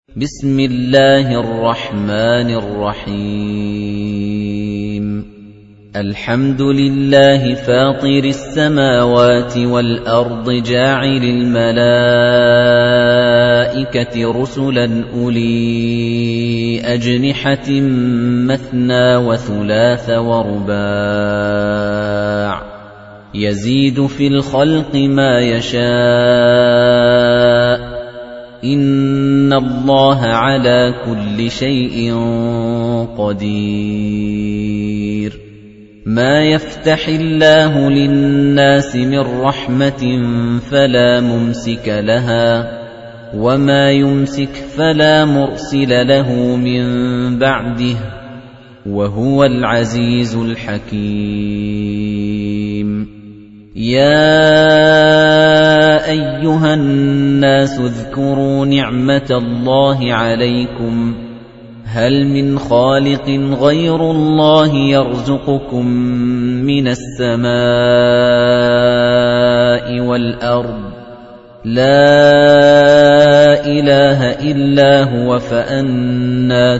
بسم الله الرحمن الرحيم الحمد لله فاطر السماوات والأرض جاعل الملائكة رسلا أولي أجنحة مثنى وثلاث ورباع يزيد في الخلق ما يشاء إِنَّ اللَّهَ عَلَى كُلِّ شَيْءٍ قَدِيرٌ مَا يَفْتَحِ اللَّهُ لِلنَّاسِ مِن رَّحْمَةٍ فَلَا مُمْسِكَ لَهَا وَمَا يُمْسِكْ فَلَا مُرْسِلَ لَهُ مِن بَعْدِهِ وَهُوَ الْعَزِيزُ الْحَكِيمُ يَا أَيُّهَا النَّاسُ اذْكُرُوا نِعْمَةَ اللَّهِ عَلَيْكُمْ هَلْ مِنْ خَالِقٍ غَيْرُ اللَّهِ يَرْزُقُكُم مِّنَ السَّمَاءِ وَالْأَرْضِ لَا إِلَٰهَ إِلَّا هُوَ فَأَنَّىٰ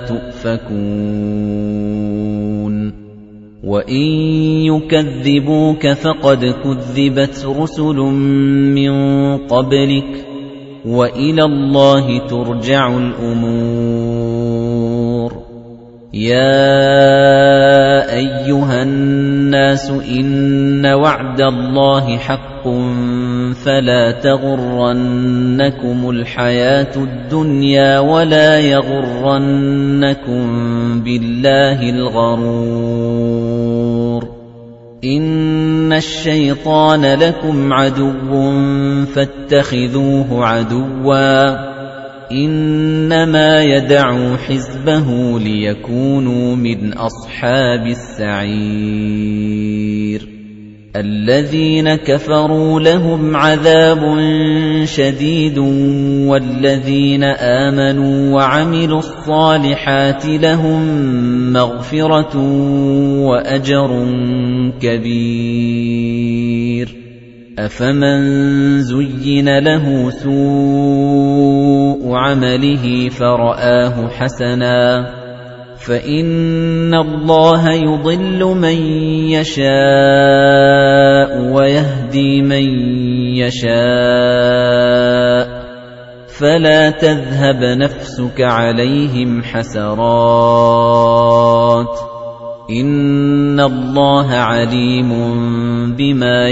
تُؤْفَكُونَ وَإِن يُكَذِّبُوكَ فَقَدْ كُذِّبَتْ رُسُلٌ مِّن قَبْلِكَ وَإِلَى اللَّهِ تُرْجَعُ الْأُمُورُ يَا أَيُّهَا النَّاسُ إِنَّ وَعْدَ اللَّهِ حَقٌّ فَلَا تَغُرَّنَّكُمُ الْحَيَاةُ الدُّنْيَا وَلَا يَغُرَّنَّكُم بِاللَّهِ الْغَرُورُ إِنَّ الشَّيْطَانَ لَكُمْ عَدُوٌّ فَاتَّخِذُوهُ عَدُوًّا إِنَّمَا يَدْعُو حِزْبَهُ لِيَكُونُوا مِنْ أَصْحَابِ السَّعِيرِ الَّذِينَ كَفَرُوا لَهُمْ عَذَابٌ شَدِيدٌ وَالَّذِينَ آمَنُوا وَعَمِلُوا الصَّالِحَاتِ لَهُم مَّغْفِرَةٌ وَأَجْرٌ كَبِيرٌ أَفَمَن زُيِّنَ لَهُ سُوءُ عَمَلِهِ فَرَآهُ حَسَنًا فَإِنَّ اللَّهَ يُضِلُّ مَن يَشَاءُ وَيَهْدِي مَن يَشَاءُ فَلَا تَذْهَبْ نَفْسُكَ عَلَيْهِمْ حَسَرَاتٍ إِنَّ اللَّهَ عَلِيمٌ بِمَا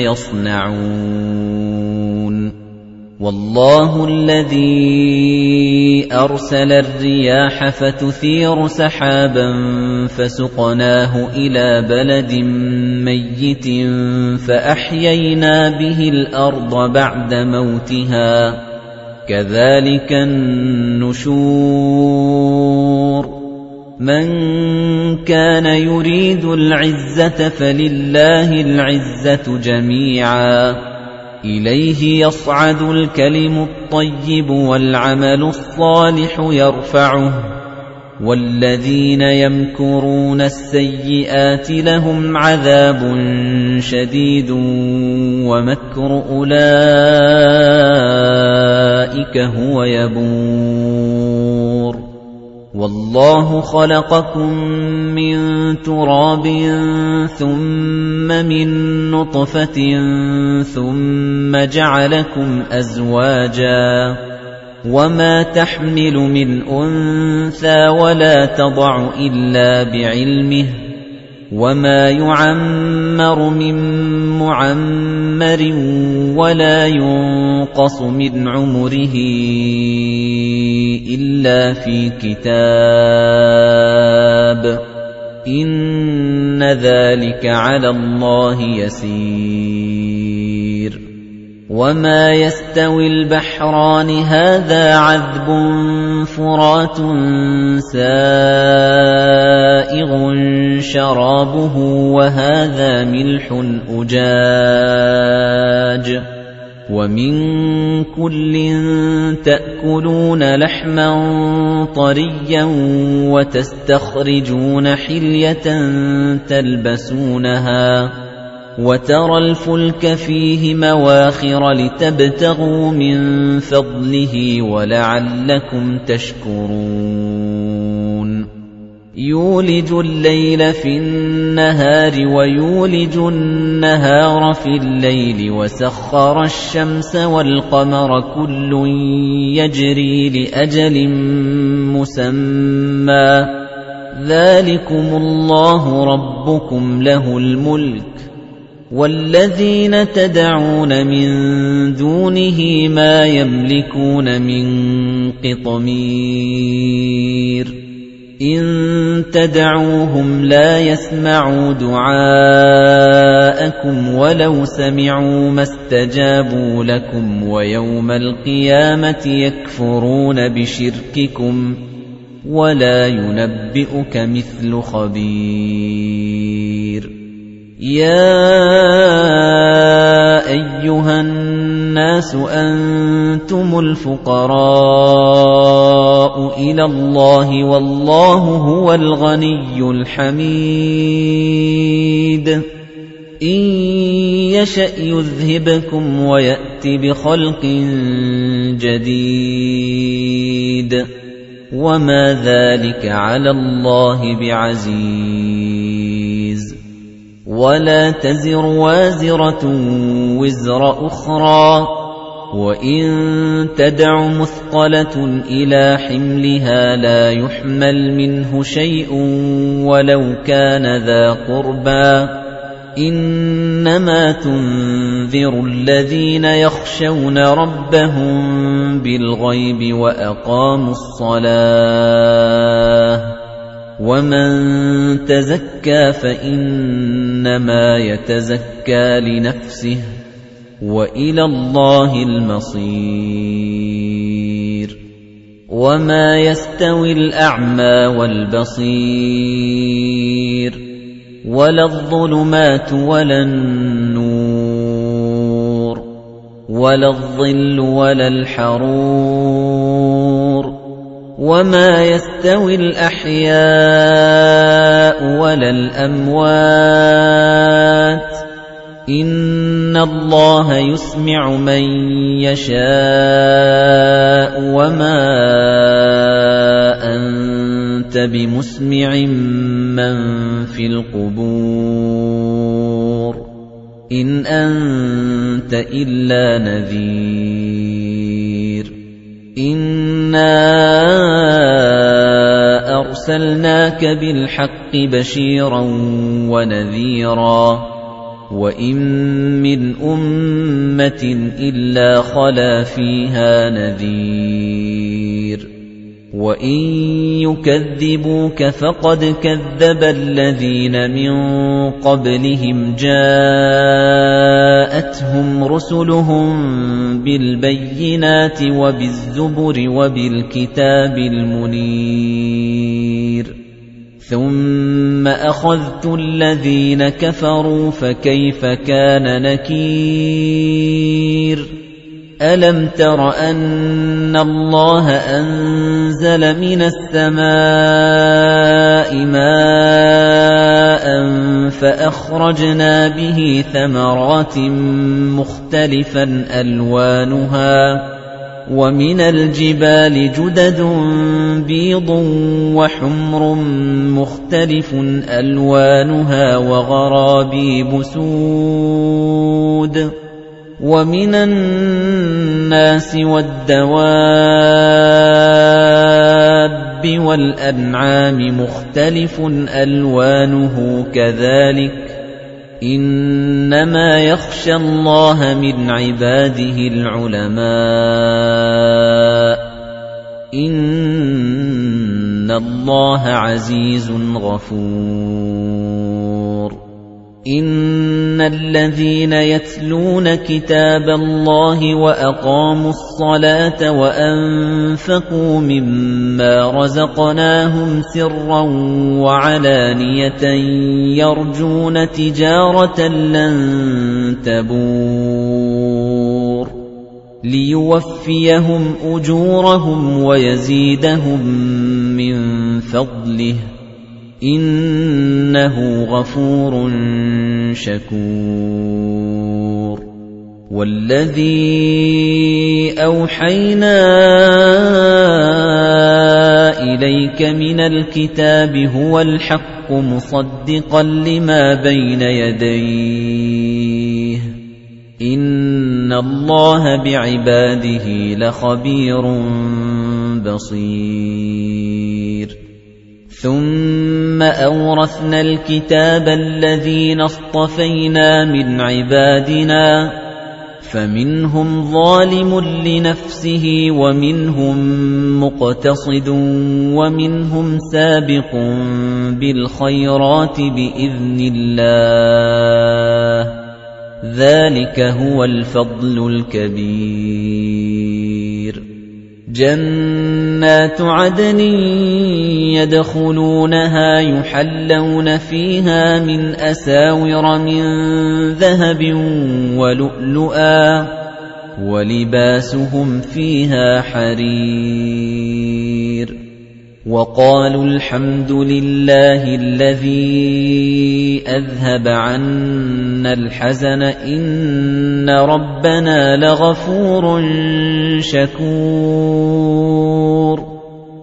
يَصْنَعُونَ وَاللَّهُ الَّذِي أَرْسَلَ الرِّيَاحَ فَتُثِيرُ سَحَابًا فَسُقْنَاهُ إِلَىٰ بَلَدٍ مَّيِّتٍ فَأَحْيَيْنَا بِهِ الْأَرْضَ بَعْدَ مَوْتِهَا كَذَلِكَ النُّشُورُ مَن كَانَ يُرِيدُ الْعِزَّةَ فَلِلَّهِ الْعِزَّةُ جَمِيعًا إِلَيْهِ يَصْعَدُ الْكَلِمُ الطَّيِّبُ وَالْعَمَلُ الصَّالِحُ يَرْفَعُهُ وَالَّذِينَ يَمْكُرُونَ السَّيِّئَاتِ لَهُمْ عَذَابٌ شَدِيدٌ وَمَكْرُ أُولَئِكَ هُوَ يَبُورُ وَاللَّهُ خَلَقَكُم مِّن تُرَابٍ ثُمَّ مِن نُّطْفَةٍ ثُمَّ جَعَلَكُمْ أَزْوَاجًا وَمَا تَحْمِلُ مِنْ أُنثَىٰ وَلَا تَضَعُ إِلَّا بِعِلْمِهِ وَمَا يُعَمَّرُ مِن مُّعَمَّرٍ وَلَا يُنقَصُ مِنْ عُمُرِهِ إِلَّا فِي كِتَابٍ إِنَّ ذَلِكَ عَلَى اللَّهِ يَسِيرٌ وَمَا يَسْتَوِي الْبَحْرَانِ هَذَا عَذْبٌ فُرَاتٌ سَائِغٌ شَرَابُهُ وَهَذَا مِلْحٌ أُجَاجٌ وَمِن كُلٍّ تَأْكُلُونَ لَحْمًا طَرِيًّا وَتَسْتَخْرِجُونَ حِلْيَةً تَلْبَسُونَهَا وَتَرَى الْفُلْكَ فِيهِ مَوَاخِرَ لِتَبْتَغُوا مِن فَضْلِهِ وَلَعَلَّكُمْ تَشْكُرُونَ يُولِجُ اللَّيْلَ فِي النَّهَارِ وَيُولِجُ النَّهَارَ فِي اللَّيْلِ وَسَخَّرَ الشَّمْسَ وَالْقَمَرَ كُلٌّ يَجْرِي لِأَجَلٍ مُّسَمًّى ذَلِكُمُ اللَّهُ رَبُّكُمْ لَهُ الْمُلْكُ وَالَّذِينَ تَدْعُونَ مِن دُونِهِ مَا يَمْلِكُونَ مِن قِطْمِيرٍ إِن تَدْعُوهُمْ لَا يَسْمَعُوا دُعَاءَكُمْ وَلَوْ سَمِعُوا مَا اسْتَجَابُوا لَكُمْ وَيَوْمَ الْقِيَامَةِ يَكْفُرُونَ بِشِرْكِكُمْ وَلَا يُنَبِّئُكَ مِثْلُ خَبِيرٍ يَا أَيُّهَا النَّاسُ أَنتُمُ الْفُقَرَاءُ إِلَى اللَّهِ وَاللَّهُ هُوَ الْغَنِيُّ الْحَمِيدُ إِن يَشَأْ يُذْهِبْكُمْ وَيَأْتِ بِخَلْقٍ جَدِيدٍ وَمَا ذَلِكَ عَلَى اللَّهِ بِعَزِيزٍ وَلَا تَزِرُ وَازِرَةٌ وِزْرَ أُخْرَى وَإِن تَدْعُ مُثْقَلَةٌ إِلَى حِمْلِهَا لَا يُحْمَلْ مِنْهُ شَيْءٌ وَلَوْ كَانَ ذَا قُرْبَى إِنَّمَا تُنذِرُ الَّذِينَ يَخْشَوْنَ رَبَّهُم بِالْغَيْبِ وَأَقَامُوا الصَّلَاةَ وَمَن تَزَكَّىٰ فَإِنَّمَا يَتَزَكَّىٰ لِنَفْسِهِ وَإِلَى اللَّهِ الْمَصِيرُ وَمَا يَسْتَوِي الْأَعْمَىٰ وَالْبَصِيرُ وَلَا الظُّلُمَاتُ وَلَا النُّورُ وَلَا الظِّلُّ وَلَا الْحَرُورُ وَمَا يَسْتَوِي الْأَحْيَاءُ وَلَا الْأَمْوَاتُ إِنَّ اللَّهَ يُسْمِعُ مَن يَشَاءُ وَمَا أَنتَ بِمُسْمِعٍ مَّن فِي الْقُبُورِ إِنْ أَنتَ إِلَّا نَذِيرٌ إِنَّا أَرْسَلْنَاكَ بِالْحَقِّ بَشِيرًا وَنَذِيرًا وَإِن مِّنْ أُمَّةٍ إِلَّا خَلَا فِيهَا نَذِيرٌ وَإِن يُكَذِّبُوكَ فَقَدْ كَذَّبَ الَّذِينَ مِن قَبْلِهِمْ جَاءَتْهُمْ رُسُلُهُم بِالْبَيِّنَاتِ وَبِالزُّبُرِ وَبِالْكِتَابِ الْمُنِيرِ ثُمَّ أَخَذْتُ الَّذِينَ كَفَرُوا فَكَيْفَ كَانَ نَكِيرِ أَلَمْ تَرَ أَنَّ اللَّهَ أَنزَلَ مِنَ السَّمَاءِ مَاءً فَأَخْرَجْنَا بِهِ ثَمَرَاتٍ مُخْتَلِفًا أَلْوَانُهَا وَمِنَ الْجِبَالِ جُدَدٌ بِيضٌ وَحُمْرٌ مُخْتَلِفٌ أَلْوَانُهَا وَغَرَابِيبُ سُودٌ وَمِنَ النَّاسِ وَالدَّوَابِّ وَالْأَنْعَامِ مُخْتَلِفٌ أَلْوَانُهُ كَذَلِكَ إِنَّمَا يَخْشَى اللَّهَ مِنْ عِبَادِهِ الْعُلَمَاءُ إِنَّ اللَّهَ عَزِيزٌ غَفُورٌ إِنَّ الَّذِينَ يَتْلُونَ كِتَابَ اللَّهِ وَأَقَامُوا الصَّلَاةَ وَأَنفَقُوا مِمَّا رَزَقْنَاهُمْ سِرًّا وَعَلَانِيَةً يَرْجُونَ تِجَارَةً لَّن تَبُورَ لِيُوَفِّيَهُمْ أُجُورَهُمْ وَيَزِيدَهُم مِّن فَضْلِهِ إِنَّهُ غَفُورٌ شَكُورٌ وَالَّذِي أَوْحَيْنَا إِلَيْكَ مِنَ الْكِتَابِ هُوَ الْحَقُّ مُصَدِّقًا لِمَا بَيْنَ يَدَيْهِ إِنَّ اللَّهَ بِعِبَادِهِ لَخَبِيرٌ بَصِيرٌ ثُمَّ أَوْرَثْنَا الْكِتَابَ الَّذِينَ اصْطَفَيْنَا مِنْ عِبَادِنَا فَمِنْهُمْ ظَالِمٌ لِنَفْسِهِ وَمِنْهُمْ مُقْتَصِدٌ وَمِنْهُمْ سَابِقٌ بِالْخَيْرَاتِ بِإِذْنِ اللَّهِ ذَلِكَ هُوَ الْفَضْلُ الْكَبِيرُ جَنَّاتُ عَدْنٍ يَدْخُلُونَهَا يُحَلَّوْنَ فِيهَا مِنْ أَسَاوِرَ مِنْ ذَهَبٍ وَلُؤْلُؤًا وَلِبَاسُهُمْ فِيهَا حَرِيرٌ وَقَالُوا الْحَمْدُ لِلَّهِ الَّذِي أَذْهَبَ عَنَّا الْحَزَنَ إِنَّ رَبَّنَا لَغَفُورٌ شَكُورٌ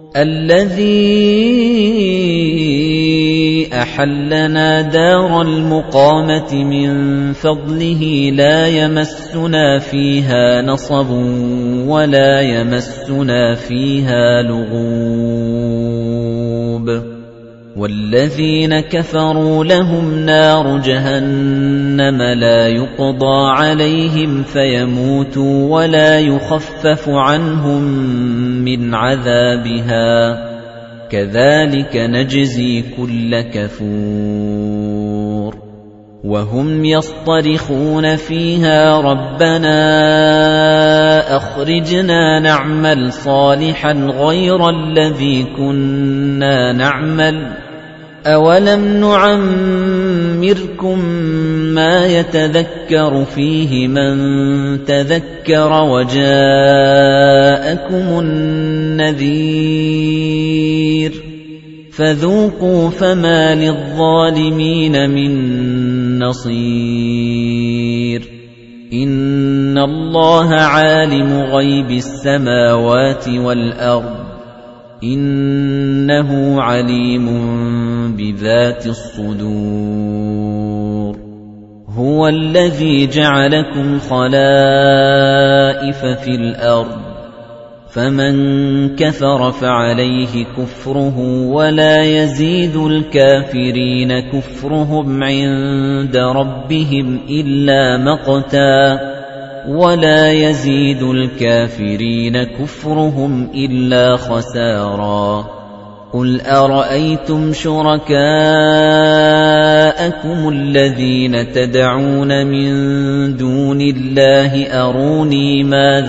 الَّذِي أَحَلَّنَا دَارَ الْمُقَامَةِ مِنْ فَضْلِهِ لَا يَمَسُّنَا فِيهَا نَصَبٌ وَلَا يَمَسُّنَا فِيهَا لُغُوبٌ وَالَّذِينَ كَفَرُوا لَهُمْ نَارُ جَهَنَّمَ لَا يُقْضَى عَلَيْهِمْ فَيَمُوتُوا وَلَا يُخَفَّفُ عَنْهُمْ مِنْ عَذَابِهَا كَذَلِكَ نَجْزِي كُلَّ كَفُورٍ وَهُمْ يَصْطَرِخُونَ فِيهَا رَبَّنَا أَخْرِجْنَا نَعْمَلْ صَالِحًا غَيْرَ الَّذِي كُنَّا نَعْمَلُ أَوَلَمْ نُعَمِّرْكُم مَّا يَتَذَكَّرُ فِيهِ مَن تَذَكَّرَ وَجَاءَكُمُ النَّذِيرُ فَذُوقُوا فَمَا لِلظَّالِمِينَ مِن نَّصِيرٍ إِنَّ اللَّهَ عَالِمُ غَيْبِ السَّمَاوَاتِ وَالْأَرْضِ إِنَّهُ عَلِيمٌ بِذَاتِ الصُّدُورِ هُوَ الَّذِي جَعَلَكُمْ خَلَائِفَ فِي الْأَرْضِ فَمَن كَفَرَ فَعَلَيْهِ كُفْرُهُ وَلَا يَزِيدُ الْكَافِرِينَ كُفْرُهُمْ عِندَ رَبِّهِمْ إِلَّا مَقْتًا وَلَا يَزِيدُ الْكَافِرِينَ كُفْرُهُمْ إِلَّا خَسَارًا قُلْ أَرَأَيْتُمْ شُرَكَاءَكُمُ الَّذِينَ تَدْعُونَ مِن دُونِ اللَّهِ أَرُونِي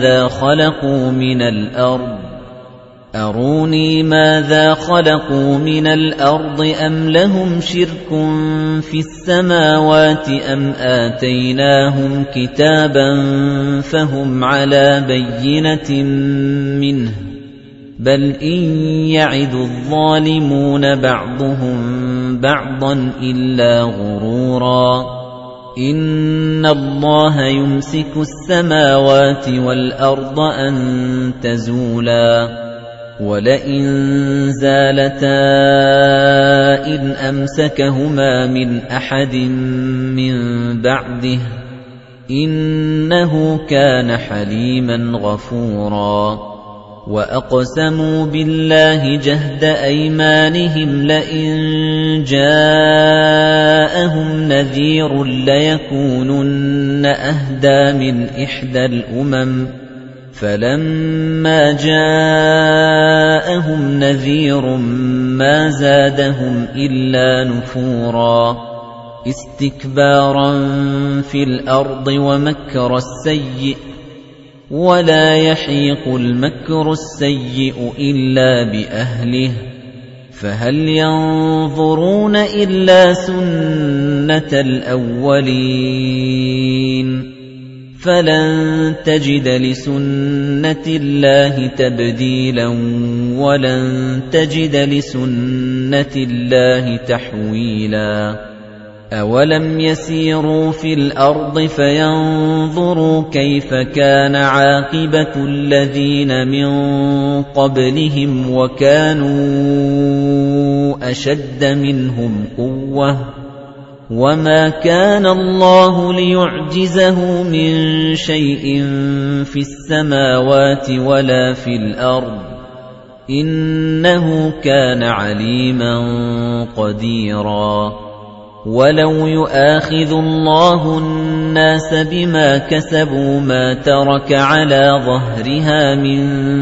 ماذا خَلَقُوا مِنَ الْأَرْضِ أَمْ لَهُمْ شِرْكٌ فِي السَّمَاوَاتِ أَمْ آتَيْنَاهُمْ كِتَابًا فَهُمْ عَلَى بَيِّنَةٍ مِّنْهُ بَلْ إِن يَعِدُ الظَّالِمُونَ بَعْضُهُم بَعْضًا إِلَّا غُرُورًا إِنَّ اللَّهَ يُمْسِكُ السَّمَاوَاتِ وَالْأَرْضَ أَن تَزُولَا وَلَئِن زَالَتَا إِنْ أَمْسَكَهُمَا مِنْ أَحَدٍ مِّن بَعْدِهِ إِنَّهُ كَانَ حَلِيمًا غَفُورًا وَأَقْسَمُوا بِاللَّهِ جَهْدَ أَيْمَانِهِمْ لَئِن جَاءَهُمْ نَذِيرٌ لَّيَكُونُنَّ أَهْدَىٰ مِنْ إِحْدَى الْأُمَمِ فَلَمَّا جَاءَهُمْ نَذِيرٌ مَّا زَادَهُمْ إِلَّا نُفُورًا اسْتِكْبَارًا فِي الْأَرْضِ وَمَكْرَ السَّيِّئِ وَلَا يَحِيقُ الْمَكْرُ السَّيِّئُ إِلَّا بِأَهْلِهِ فَهَلْ يَنظُرُونَ إِلَّا سُنَّةَ الْأَوَّلِينَ فَلَن تَجِدَ لِسُنَّةِ اللَّهِ تَبْدِيلًا وَلَن تَجِدَ لِسُنَّةِ اللَّهِ تَحْوِيلًا أَوَلَمْ يَسِيرُوا فِي الْأَرْضِ فَيَنظُرُوا كَيْفَ كَانَ عَاقِبَةُ الَّذِينَ مِن قَبْلِهِمْ وَكَانُوا أَشَدَّ مِنْهُمْ قُوَّةً وَمَا كَانَ اللَّهُ لِيُعْجِزَهُ مِن شَيْءٍ فِي السَّمَاوَاتِ وَلَا فِي الْأَرْضِ إِنَّهُ كَانَ عَلِيمًا قَدِيرًا وَلَوْ يُؤَاخِذُ اللَّهُ النَّاسَ بِمَا كَسَبُوا مَا تَرَكَ عَلَى ظَهْرِهَا مِن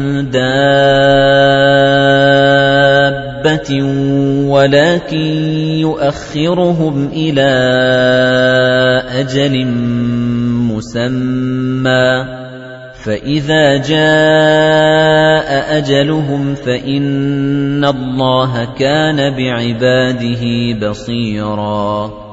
دَابَّةٍ وَلَكِن يُؤَخِّرُهُمْ إِلَى أَجَلٍ مُّسَمًّى فَإِذَا جَاءَ أَجَلُهُمْ فَإِنَّ اللَّهَ كَانَ بِعِبَادِهِ بَصِيرًا